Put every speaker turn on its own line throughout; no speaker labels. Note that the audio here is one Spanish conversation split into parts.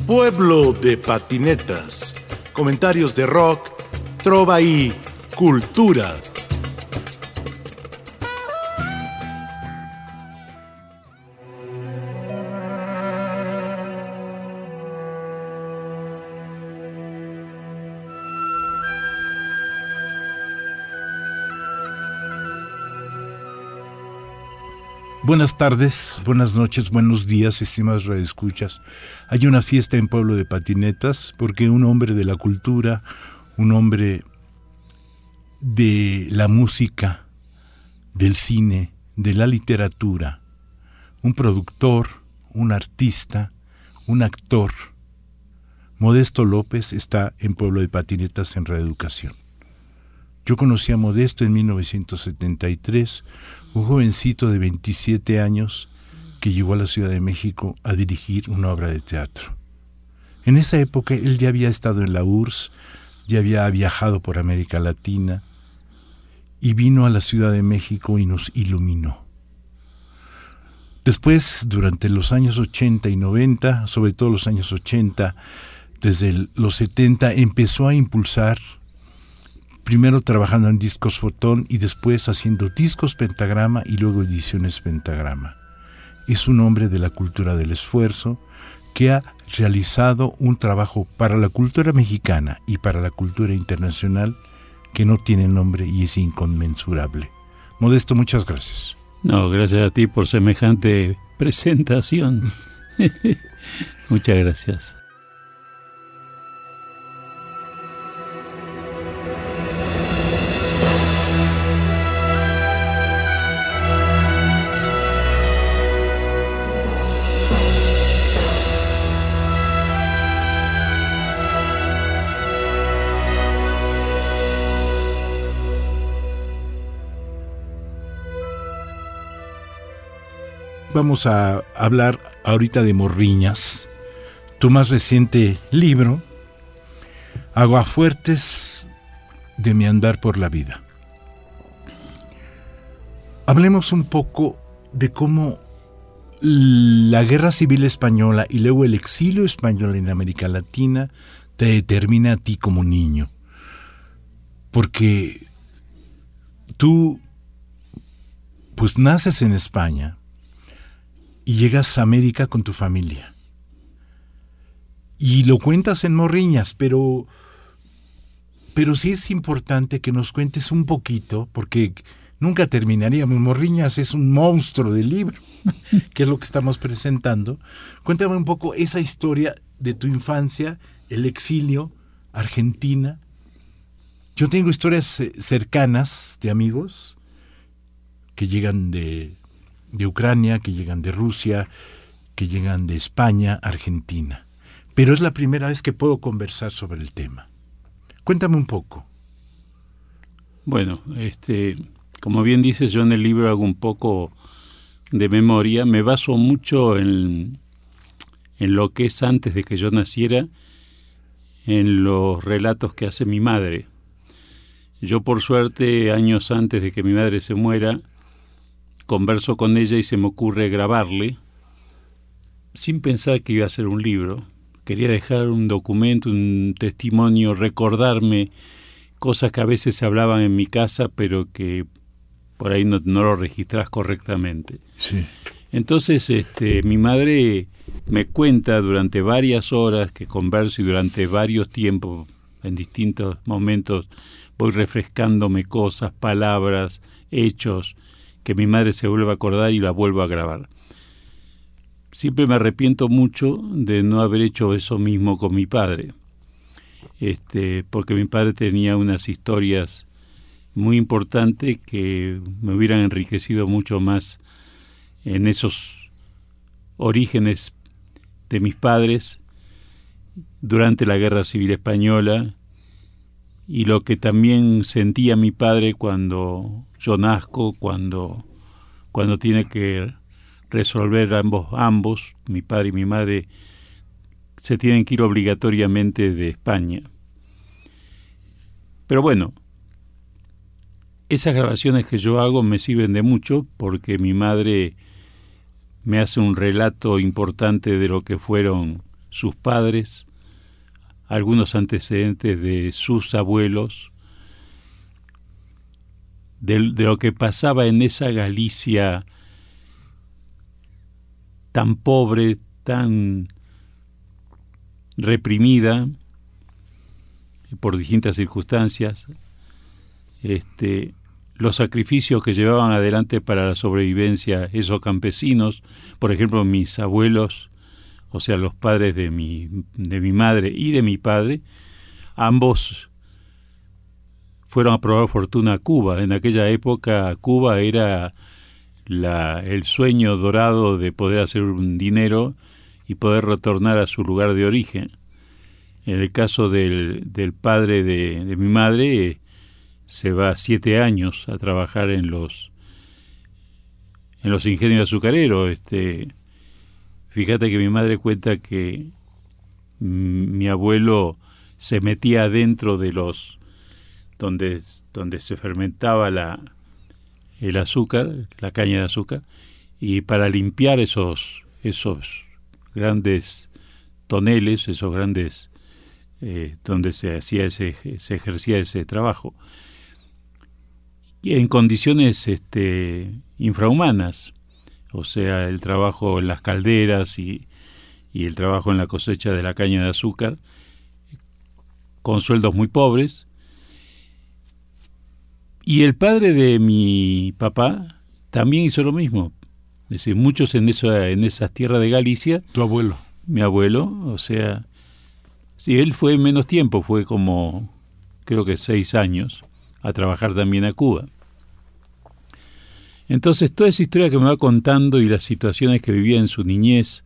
Pueblo de patinetas. Comentarios de rock, trova y cultura.
Buenas tardes, buenas noches, buenos días, estimados radioescuchas. Hay una fiesta en Pueblo de Patinetas porque un hombre de la cultura, un hombre de la música, del cine, de la literatura, un productor, un artista, un actor, Modesto López, está en Pueblo de Patinetas en Reeducación. Yo conocí a Modesto en 1973, un jovencito de 27 años que llegó a la Ciudad de México a dirigir una obra de teatro. En esa época él ya había estado en la URSS, ya había viajado por América Latina y vino a la Ciudad de México y nos iluminó. Después, durante los años 80 y 90, sobre todo los años 80, desde los 70, empezó a impulsar, primero trabajando en Discos Fotón y después haciendo Discos Pentagrama y luego Ediciones Pentagrama. Es un hombre de la cultura del esfuerzo que ha realizado un trabajo para la cultura mexicana y para la cultura internacional que no tiene nombre y es inconmensurable. Modesto, muchas gracias.
No, gracias a ti por semejante presentación. Muchas gracias.
Vamos a hablar ahorita de Morriñas, tu más reciente libro, Aguafuertes de mi andar por la vida. Hablemos un poco de cómo la Guerra Civil Española y luego el exilio español en América Latina te determina a ti como niño. Porque tú, pues naces en España, y llegas a América con tu familia. Y lo cuentas en Morriñas, pero sí es importante que nos cuentes un poquito, porque nunca terminaríamos. Morriñas es un monstruo de libro, que es lo que estamos presentando. Cuéntame un poco esa historia de tu infancia, el exilio, Argentina. Yo tengo historias cercanas de amigos que llegan de Ucrania, que llegan de Rusia, que llegan de España, Argentina. Pero es la primera vez que puedo conversar sobre el tema. Cuéntame un poco.
Bueno, como bien dices, yo en el libro hago un poco de memoria. Me baso mucho en lo que es antes de que yo naciera, en los relatos que hace mi madre. Yo, por suerte, años antes de que mi madre se muera, converso con ella y se me ocurre grabarle, sin pensar que iba a ser un libro. Quería dejar un documento, un testimonio, recordarme cosas que a veces se hablaban en mi casa, pero que por ahí no lo registras correctamente.
Sí.
Entonces, mi madre me cuenta durante varias horas que converso y durante varios tiempos, en distintos momentos, voy refrescándome cosas, palabras, hechos, que mi madre se vuelve a acordar y la vuelvo a grabar. Siempre me arrepiento mucho de no haber hecho eso mismo con mi padre, porque mi padre tenía unas historias muy importantes que me hubieran enriquecido mucho más en esos orígenes de mis padres durante la Guerra Civil Española y lo que también sentía mi padre cuando yo nazco, cuando tiene que resolver ambos, mi padre y mi madre, se tienen que ir obligatoriamente de España. Pero bueno, esas grabaciones que yo hago me sirven de mucho porque mi madre me hace un relato importante de lo que fueron sus padres, algunos antecedentes de sus abuelos, de lo que pasaba en esa Galicia tan pobre, tan reprimida por distintas circunstancias, los sacrificios que llevaban adelante para la sobrevivencia esos campesinos. Por ejemplo, mis abuelos, o sea, los padres de mi madre y de mi padre, ambos fueron a probar fortuna a Cuba. En aquella época Cuba era el sueño dorado de poder hacer un dinero y poder retornar a su lugar de origen. En el caso del padre de mi madre, se va 7 años a trabajar en los ingenios azucareros. Fíjate que mi madre cuenta que mi abuelo se metía adentro de los donde se fermentaba el azúcar, la caña de azúcar, y para limpiar esos grandes toneles, esos grandes donde se ejercía ese trabajo, y en condiciones infrahumanas, o sea, el trabajo en las calderas y el trabajo en la cosecha de la caña de azúcar, con sueldos muy pobres. Y el padre de mi papá también hizo lo mismo. Es decir, muchos en esas tierras de Galicia.
¿Tu abuelo?
Mi abuelo, o sea, sí, él fue menos tiempo, fue como, creo que 6 años, a trabajar también a Cuba. Entonces, toda esa historia que me va contando y las situaciones que vivía en su niñez,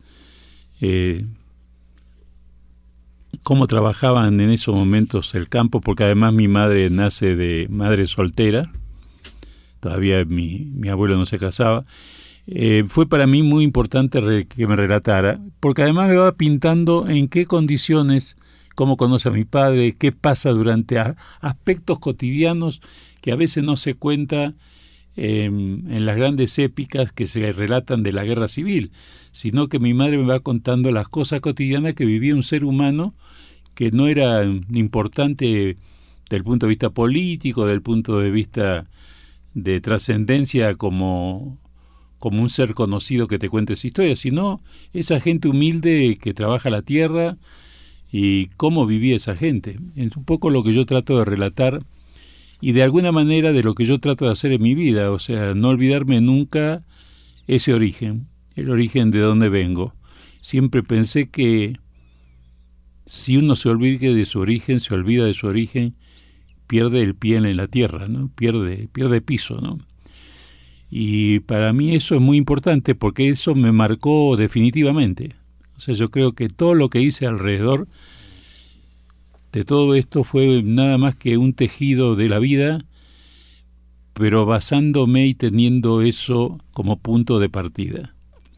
cómo trabajaban en esos momentos el campo, porque además mi madre nace de madre soltera, todavía mi abuelo no se casaba, fue para mí muy importante que me relatara, porque además me va pintando en qué condiciones, cómo conoce a mi padre, qué pasa durante aspectos cotidianos que a veces no se cuenta en las grandes épicas que se relatan de la guerra civil, sino que mi madre me va contando las cosas cotidianas que vivía un ser humano que no era importante del punto de vista político, del punto de vista de trascendencia como un ser conocido que te cuente esa historia, sino esa gente humilde que trabaja la tierra y cómo vivía esa gente. Es un poco lo que yo trato de relatar y de alguna manera de lo que yo trato de hacer en mi vida, o sea, no olvidarme nunca ese origen, el origen de donde vengo. Siempre pensé que si uno se olvida de su origen, pierde el pie en la tierra, ¿no? Pierde piso, ¿no? Y para mí eso es muy importante porque eso me marcó definitivamente. O sea, yo creo que todo lo que hice alrededor de todo esto fue nada más que un tejido de la vida, pero basándome y teniendo eso como punto de partida.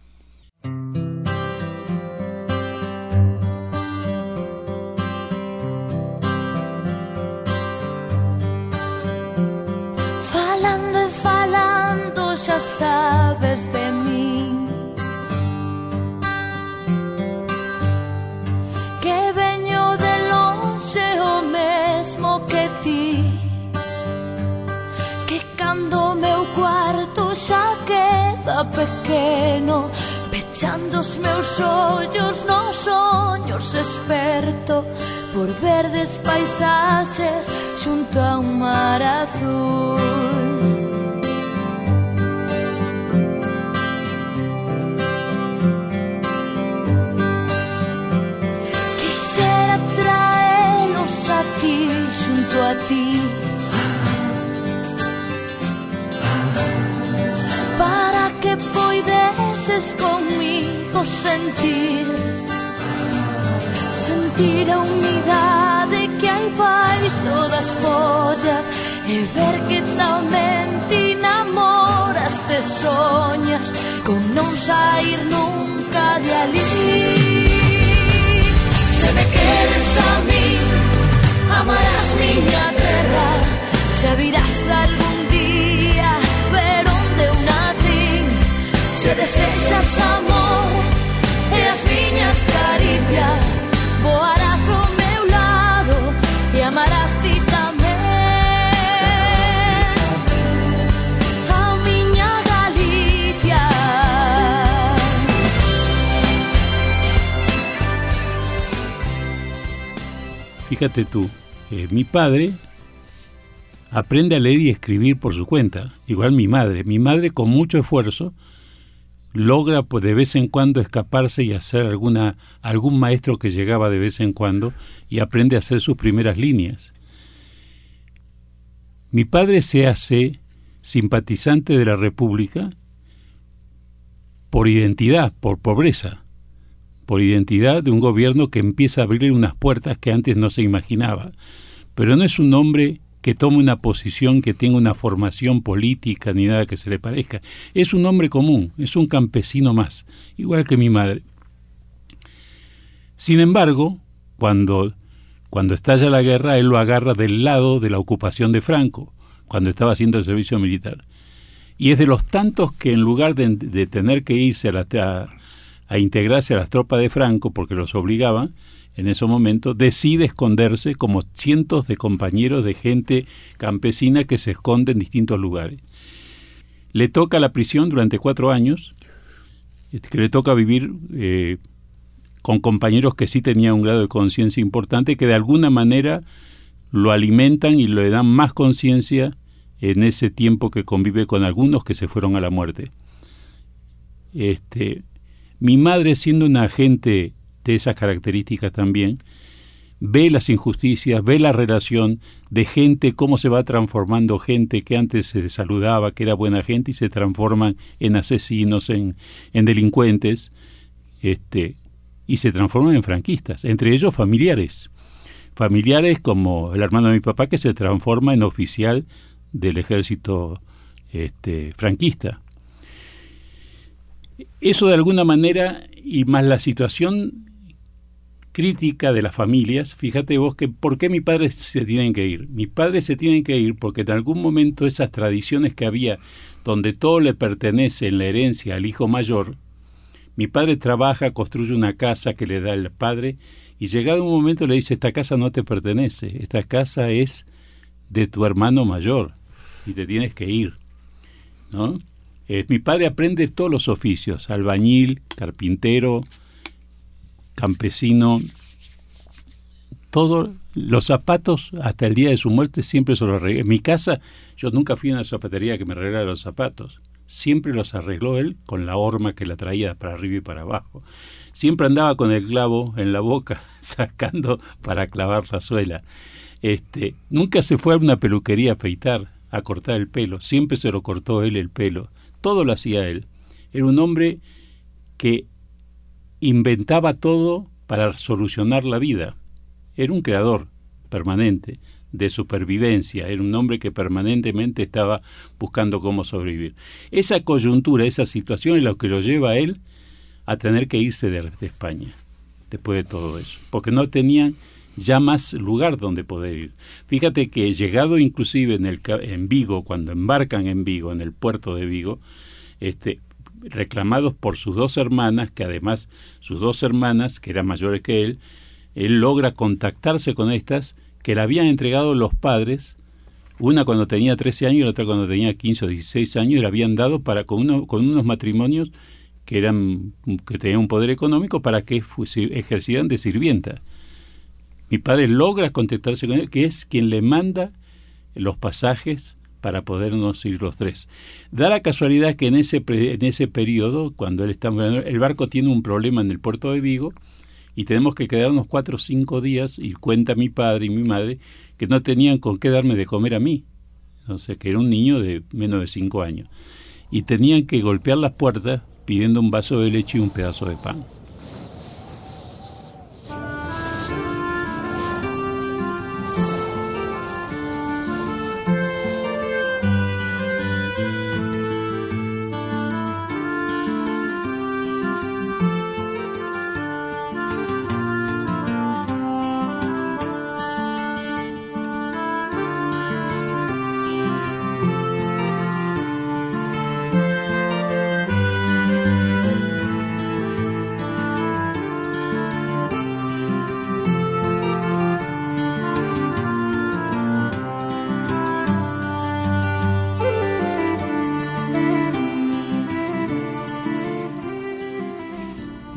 Falando e falando xa sabes de mí, que veño de lonxe o mesmo que ti, que cando meu cuarto xa queda pequeno, pechando os meus ollos nos soños esperto por verdes paisaxes xunto a un mar azul. Quixera traelos aquí xunto a ti, para que poideses conmigo sentir a humidade que hai baixo das follas e ver que tamén ti namoras, te soñas con non sair nunca de alí. Se me queres a mí, amarás miña terra, se virás algún día ver onde eu nacín, se desexas amor e as miñas caricias, galicias, voarás ao meu lado e amarás ti tamén a miña Galicia.
Fíjate tú, mi padre aprende a leer y escribir por su cuenta, igual mi madre. Mi madre con mucho esfuerzo logra pues, de vez en cuando escaparse y hacer algún maestro que llegaba de vez en cuando y aprende a hacer sus primeras líneas. Mi padre se hace simpatizante de la República por identidad, por pobreza, por identidad de un gobierno que empieza a abrirle unas puertas que antes no se imaginaba. Pero no es un hombre que tome una posición, que tenga una formación política ni nada que se le parezca. Es un hombre común, es un campesino más, igual que mi madre. Sin embargo, cuando estalla la guerra, él lo agarra del lado de la ocupación de Franco, cuando estaba haciendo el servicio militar. Y es de los tantos que en lugar de tener que irse a integrarse a las tropas de Franco, porque los obligaban, en ese momento decide esconderse como cientos de compañeros de gente campesina que se esconde en distintos lugares. Le toca la prisión durante 4 años, que le toca vivir con compañeros que sí tenían un grado de conciencia importante, que de alguna manera lo alimentan y le dan más conciencia en ese tiempo que convive con algunos que se fueron a la muerte. Mi madre, siendo una agente de esas características también, ve las injusticias, ve la relación de gente, cómo se va transformando gente que antes se saludaba, que era buena gente, y se transforman en asesinos, en delincuentes, y se transforman en franquistas, entre ellos familiares como el hermano de mi papá, que se transforma en oficial del ejército franquista. Eso de alguna manera, y más la situación crítica de las familias, fíjate vos que ¿por qué mis padres se tienen que ir? Mis padres se tienen que ir porque en algún momento esas tradiciones que había, donde todo le pertenece en la herencia al hijo mayor, mi padre trabaja, construye una casa que le da el padre, y llegado un momento le dice: esta casa no te pertenece, esta casa es de tu hermano mayor y te tienes que ir, ¿no? Mi padre aprende todos los oficios: albañil, carpintero, campesino, todos los zapatos, hasta el día de su muerte siempre se los arregló. En mi casa yo nunca fui a una zapatería que me arreglara los zapatos, siempre los arregló él con la horma que la traía para arriba y para abajo. Siempre andaba con el clavo en la boca sacando para clavar la suela. Nunca se fue a una peluquería a afeitar, a cortar el pelo, siempre se lo cortó él el pelo. Todo lo hacía él. Era un hombre que inventaba todo para solucionar la vida. Era un creador permanente de supervivencia. Era un hombre que permanentemente estaba buscando cómo sobrevivir. Esa coyuntura, esa situación es lo que lo lleva a él a tener que irse de España después de todo eso, porque no tenían ya más lugar donde poder ir. Fíjate que llegado inclusive en Vigo, cuando embarcan en Vigo, en el puerto de Vigo, reclamados por sus 2 hermanas, que además sus 2 hermanas, que eran mayores que él logra contactarse con estas, que le habían entregado los padres, una cuando tenía 13 años y la otra cuando tenía 15 o 16 años, y le habían dado con unos matrimonios que tenían un poder económico para que ejercieran de sirvienta. Mi padre logra contactarse con él, que es quien le manda los pasajes para podernos ir los 3. Da la casualidad que en ese periodo, cuando él está, el barco tiene un problema en el puerto de Vigo y tenemos que quedarnos 4 o 5 días, y cuenta mi padre y mi madre que no tenían con qué darme de comer a mí, entonces que era un niño de menos de 5 años, y tenían que golpear las puertas pidiendo un vaso de leche y un pedazo de pan.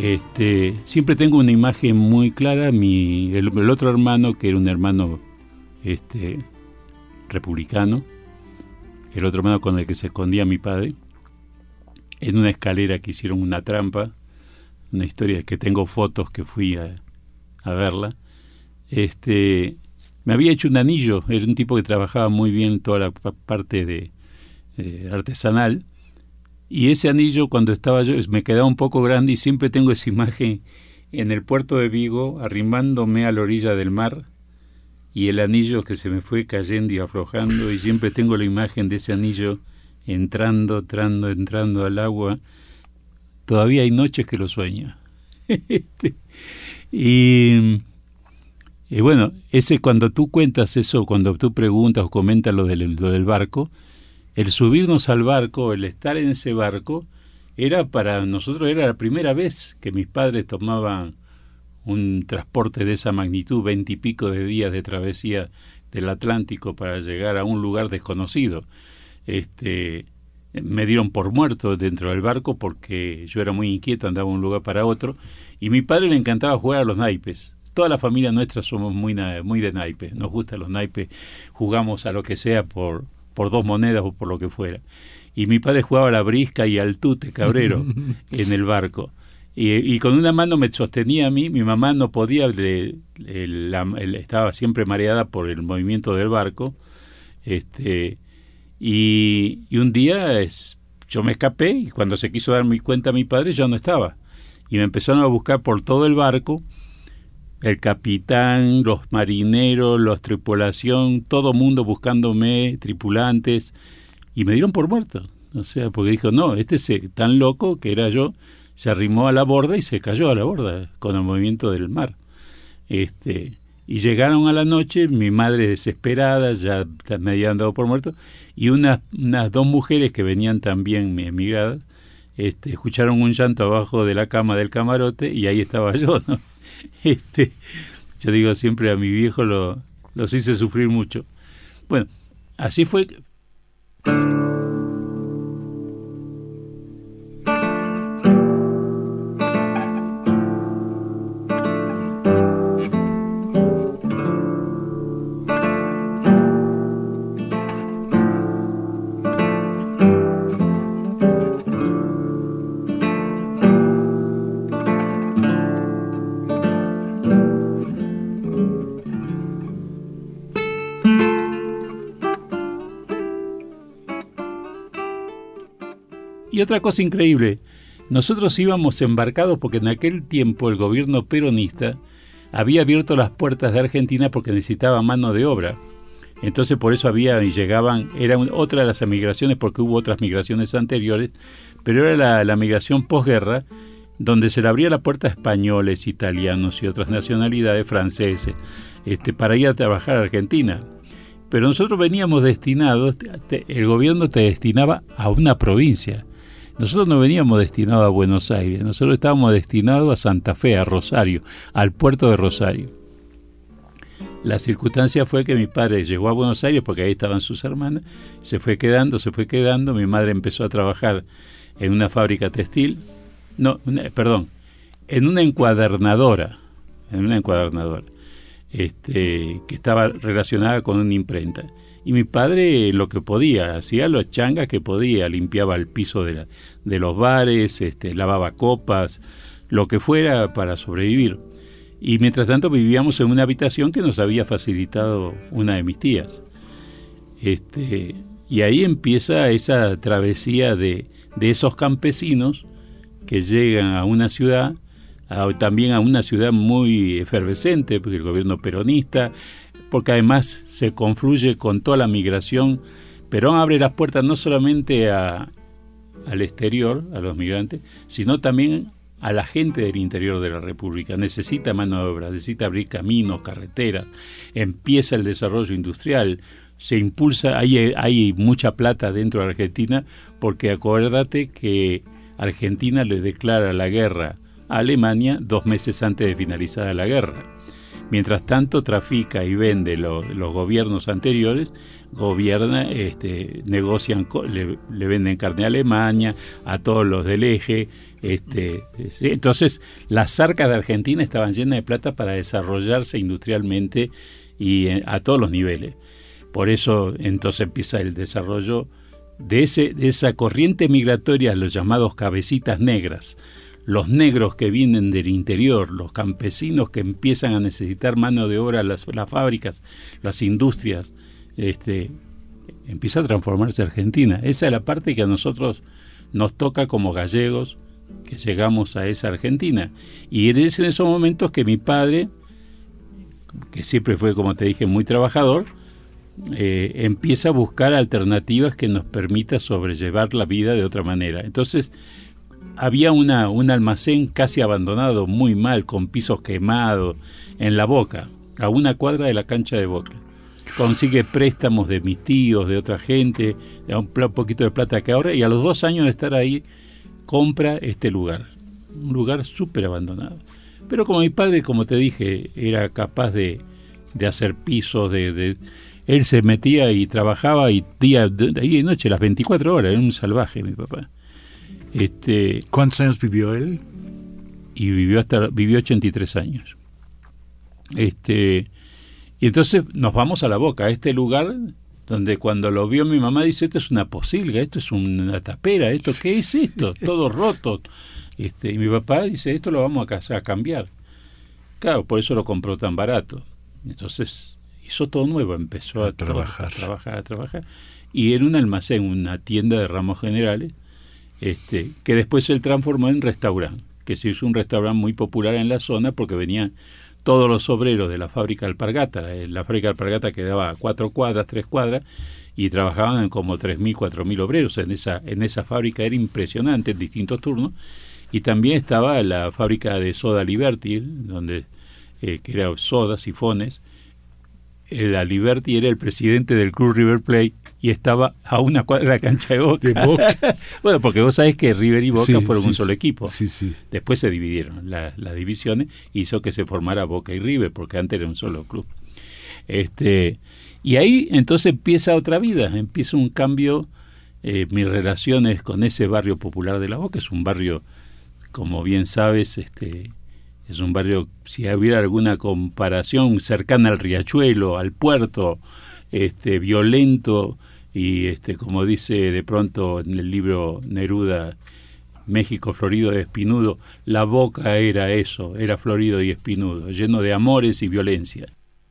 Siempre tengo una imagen muy clara. El otro hermano, que era un hermano republicano, el otro hermano con el que se escondía mi padre, en una escalera que hicieron una trampa, una historia que tengo fotos que fui a verla. Me había hecho un anillo. Era un tipo que trabajaba muy bien toda la parte de artesanal, y ese anillo, cuando estaba yo, me quedaba un poco grande, y siempre tengo esa imagen en el puerto de Vigo, arrimándome a la orilla del mar, y el anillo que se me fue cayendo y aflojando, y siempre tengo la imagen de ese anillo entrando al agua. Todavía hay noches que lo sueño. Y bueno, cuando tú cuentas eso, cuando tú preguntas o comentas lo del barco, el subirnos al barco, el estar en ese barco, para nosotros era la primera vez que mis padres tomaban un transporte de esa magnitud, 20 y pico de días de travesía del Atlántico para llegar a un lugar desconocido. Me dieron por muerto dentro del barco porque yo era muy inquieto, andaba de un lugar para otro, y a mi padre le encantaba jugar a los naipes. Toda la familia nuestra somos muy de naipes, nos gustan los naipes, jugamos a lo que sea por 2 monedas o por lo que fuera. Y mi padre jugaba a la brisca y al tute cabrero en el barco. Y con una mano me sostenía a mí, mi mamá no podía, estaba siempre mareada por el movimiento del barco. Y un día yo me escapé, y cuando se quiso dar cuenta mi padre, yo no estaba. Y me empezaron a buscar por todo el barco, el capitán, los marineros, la tripulación, todo mundo buscándome, tripulantes, y me dieron por muerto. O sea, porque dijo, no, tan loco que era yo, se arrimó a la borda y se cayó a la borda con el movimiento del mar. Y llegaron a la noche, mi madre desesperada, ya me habían dado por muerto, y unas 2 mujeres que venían también emigradas, escucharon un llanto abajo de la cama del camarote, y ahí estaba yo, ¿no? Yo digo siempre, a mi viejo los hice sufrir mucho. Bueno, así fue. Y otra cosa increíble, nosotros íbamos embarcados porque en aquel tiempo el gobierno peronista había abierto las puertas de Argentina porque necesitaba mano de obra. Entonces por eso llegaban, era otra de las emigraciones, porque hubo otras migraciones anteriores, pero era la migración posguerra, donde se le abría la puerta a españoles, italianos y otras nacionalidades, franceses, para ir a trabajar a Argentina. Pero nosotros veníamos destinados, el gobierno te destinaba a una provincia. Nosotros no veníamos destinados a Buenos Aires, nosotros estábamos destinados a Santa Fe, a Rosario, al puerto de Rosario. La circunstancia fue que mi padre llegó a Buenos Aires porque ahí estaban sus hermanas, se fue quedando, mi madre empezó a trabajar en una fábrica textil, en una encuadernadora, que estaba relacionada con una imprenta. Y mi padre lo que podía, hacía los changas que podía, limpiaba el piso de los bares, lavaba copas, lo que fuera para sobrevivir. Y mientras tanto vivíamos en una habitación que nos había facilitado una de mis tías. Y ahí empieza esa travesía de esos campesinos que llegan a una ciudad, también a una ciudad muy efervescente, porque el gobierno peronista, porque además se confluye con toda la migración. Perón abre las puertas no solamente al exterior, a los migrantes, sino también a la gente del interior de la República. Necesita mano de obra, necesita abrir caminos, carreteras, empieza el desarrollo industrial, se impulsa, hay mucha plata dentro de Argentina, porque acuérdate que Argentina le declara la guerra a Alemania 2 meses antes de finalizada la guerra. Mientras tanto trafica y vende los gobiernos anteriores, gobierna, negocian, le venden carne a Alemania, a todos los del eje. ¿Sí? Entonces las arcas de Argentina estaban llenas de plata para desarrollarse industrialmente y a todos los niveles. Por eso entonces empieza el desarrollo de esa corriente migratoria, los llamados cabecitas negras. Los negros que vienen del interior, los campesinos que empiezan a necesitar mano de obra, las fábricas, las industrias, empieza a transformarse Argentina. Esa es la parte que a nosotros nos toca como gallegos, que llegamos a esa Argentina. Y es en esos momentos que mi padre, que siempre fue, como te dije, muy trabajador, empieza a buscar alternativas que nos permita sobrellevar la vida de otra manera. Entonces había un almacén casi abandonado, muy mal, con pisos quemados, en La Boca, a una cuadra de la cancha de Boca. Consigue préstamos de mis tíos, de otra gente, de un poquito de plata que ahorra, y a los 2 años de estar ahí compra este lugar, un lugar súper abandonado. Pero como mi padre, como te dije, era capaz de hacer pisos, él se metía y trabajaba y día y noche, las 24 horas, era un salvaje mi papá.
¿Cuántos años vivió él?
Y vivió 83 años. Y entonces nos vamos a La Boca, a este lugar donde cuando lo vio mi mamá dice, esto es una posilga, esto es una tapera, esto ¿qué es esto? Todo roto. Y mi papá dice, esto lo vamos a cambiar. Claro, por eso lo compró tan barato. Entonces hizo todo nuevo, empezó a trabajar. Y en un almacén, una tienda de ramos generales, que después él transformó en restaurante, que se hizo un restaurante muy popular en la zona porque venían todos los obreros de la fábrica Alpargata. La fábrica Alpargata quedaba a 4 cuadras, 3 cuadras, y trabajaban como 3.000, 4.000 obreros en esa fábrica. Era impresionante en distintos turnos. Y también estaba la fábrica de soda Liberty, donde que era soda, sifones. La Liberty era el presidente del Club River Plate y estaba a una cuadra de la cancha de Boca. Bueno, porque vos sabés que River y Boca fueron un solo equipo.
Sí.
Después se dividieron las divisiones, hizo que se formara Boca y River, porque antes era un solo club. Y ahí entonces empieza otra vida, empieza un cambio. Mis relaciones con ese barrio popular de La Boca es un barrio, como bien sabes, es un barrio, si hubiera alguna comparación, cercana al riachuelo, al puerto, violento y como dice de pronto en el libro Neruda, México florido y espinudo, La Boca era eso, era florido y espinudo, lleno de amores y violencia.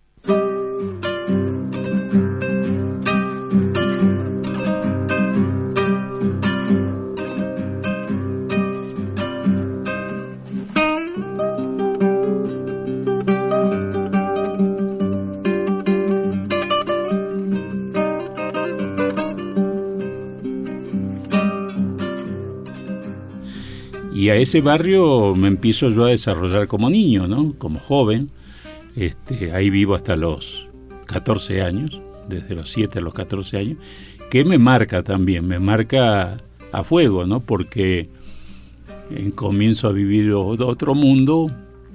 Y a ese barrio me empiezo yo a desarrollar como niño, ¿no? Como joven. Ahí vivo hasta los 14 años, desde los 7 a los 14 años, que me marca también, me marca a fuego, ¿no? Porque comienzo a vivir otro mundo,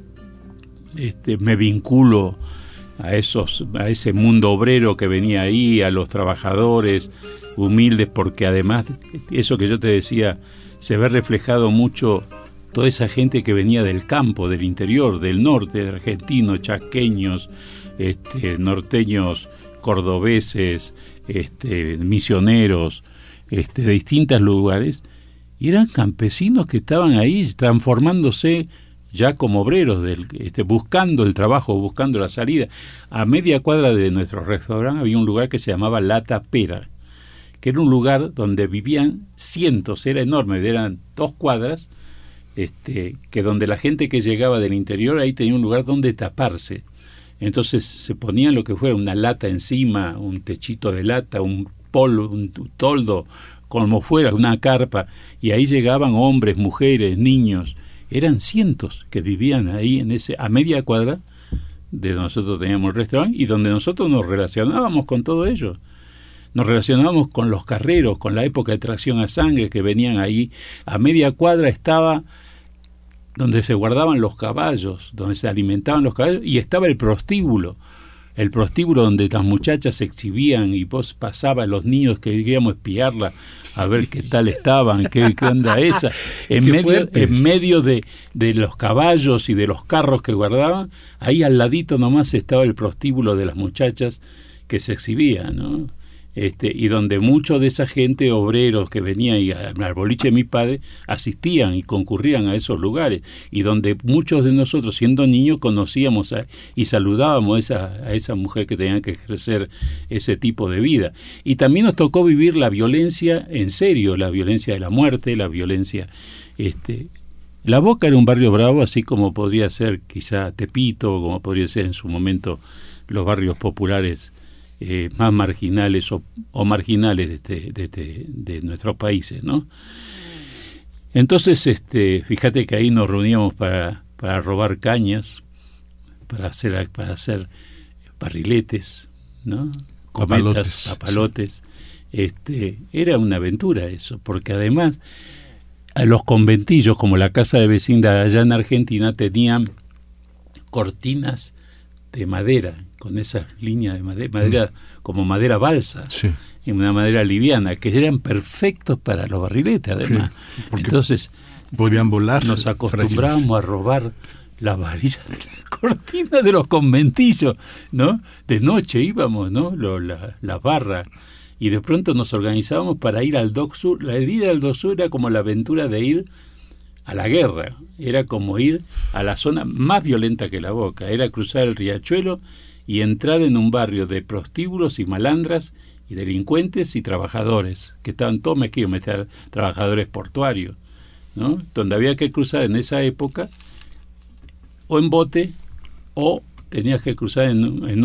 me vinculo a ese mundo obrero que venía ahí, a los trabajadores humildes, porque además, eso que yo te decía, se ve reflejado mucho toda esa gente que venía del campo, del interior, del norte, de argentinos, chaqueños, norteños, cordobeses, misioneros, de distintos lugares, y eran campesinos que estaban ahí transformándose ya como obreros, buscando el trabajo, buscando la salida. A media cuadra de nuestro restaurante había un lugar que se llamaba La Tapera, que era un lugar donde vivían cientos, era enorme, eran 2 cuadras, que donde la gente que llegaba del interior ahí tenía un lugar donde taparse. Entonces se ponían lo que fuera, una lata encima, un techito de lata, un toldo, como fuera, una carpa, y ahí llegaban hombres, mujeres, niños. Eran cientos que vivían ahí a media cuadra de donde nosotros teníamos el restaurante y donde nosotros nos relacionábamos con todo ello. Nos relacionábamos con los carreros, con la época de tracción a sangre que venían ahí. A media cuadra estaba donde se guardaban los caballos, donde se alimentaban los caballos, y estaba el prostíbulo donde las muchachas se exhibían y vos pasabas, los niños que queríamos espiarla a ver qué tal estaban, qué onda esa, en medio de los caballos y de los carros que guardaban, ahí al ladito nomás estaba el prostíbulo de las muchachas que se exhibían, ¿no? Y donde muchos de esa gente, obreros que venían al boliche de mi padre, asistían y concurrían a esos lugares, y donde muchos de nosotros, siendo niños, conocíamos y saludábamos a esa mujer que tenía que ejercer ese tipo de vida. Y también nos tocó vivir la violencia en serio, la violencia de la muerte, la violencia... La Boca era un barrio bravo, así como podría ser quizá Tepito, como podría ser en su momento los barrios populares más marginales o marginales de nuestros países, ¿no? Entonces, fíjate que ahí nos reuníamos para robar cañas, para hacer barriletes, ¿no? Cometas, papalotes. Sí. Era una aventura eso, porque además a los conventillos, como la casa de vecindad allá en Argentina, tenían cortinas de madera, con esas líneas de madera como madera balsa, sí, y una madera liviana, que eran perfectos para los barriletes, además. Sí, entonces
podían volar.
Nos acostumbrábamos a robar las varillas de la cortina de los conventillos, ¿no? De noche íbamos, ¿no? Las barras, y de pronto nos organizábamos para ir al Dock Sur. El ir al Dock Sur era como la aventura de ir a la guerra, era como ir a la zona más violenta que La Boca, era cruzar el riachuelo y entrar en un barrio de prostíbulos y malandras y delincuentes y trabajadores, que estaban todos mezquinos, trabajadores portuarios, ¿no? Donde había que cruzar en esa época o en bote, o tenías que cruzar en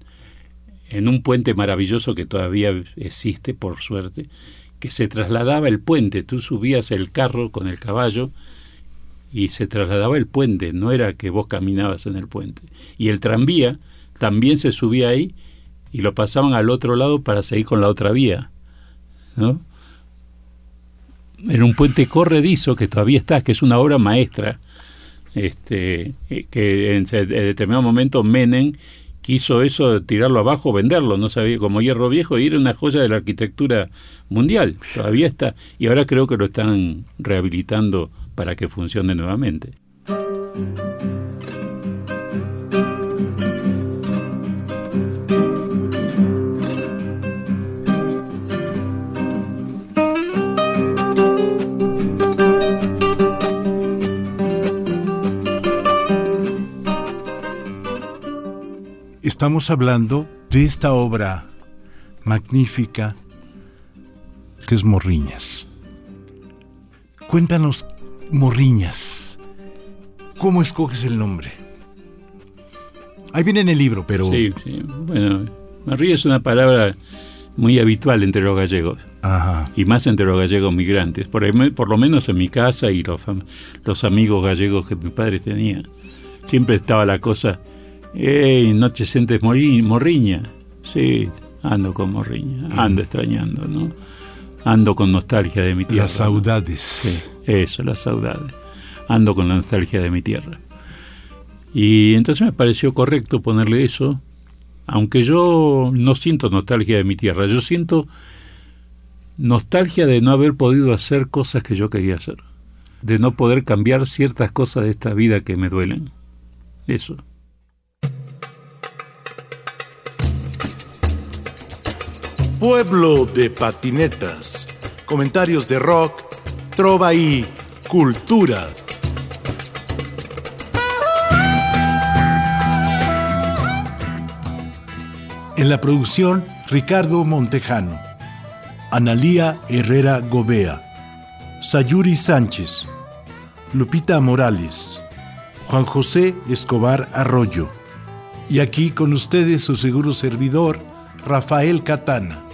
un puente maravilloso que todavía existe, por suerte, que se trasladaba el puente. Tú subías el carro con el caballo y se trasladaba el puente, no era que vos caminabas en el puente. Y el tranvía también se subía ahí y lo pasaban al otro lado para seguir con la otra vía, ¿no? Era un puente corredizo que todavía está, que es una obra maestra, que en determinado momento Menem quiso eso, tirarlo abajo, venderlo, no sabía, como hierro viejo, y era una joya de la arquitectura mundial, todavía está, y ahora creo que lo están rehabilitando para que funcione nuevamente.
Estamos hablando de esta obra magnífica que es Morriñas. Cuéntanos, Morriñas, ¿cómo escoges el nombre? Ahí viene en el libro, pero...
Sí. Bueno, Morriñas es una palabra muy habitual entre los gallegos.
Ajá.
Y más entre los gallegos migrantes. Por lo menos en mi casa y los amigos gallegos que mi padre tenía. Siempre estaba la cosa... ¿no te sientes morriña? Sí, ando con morriña, ando extrañando, ¿no? Ando con nostalgia de mi tierra.
Las saudades.
¿No? Sí, eso, las saudades. Ando con la nostalgia de mi tierra. Y entonces me pareció correcto ponerle eso, aunque yo no siento nostalgia de mi tierra, yo siento nostalgia de no haber podido hacer cosas que yo quería hacer, de no poder cambiar ciertas cosas de esta vida que me duelen. Eso.
Pueblo de patinetas. Comentarios de rock, trova y cultura. En la producción, Ricardo Montejano, Analía Herrera Gobea, Sayuri Sánchez, Lupita Morales, Juan José Escobar Arroyo. Y aquí con ustedes su seguro servidor, Rafael Catana.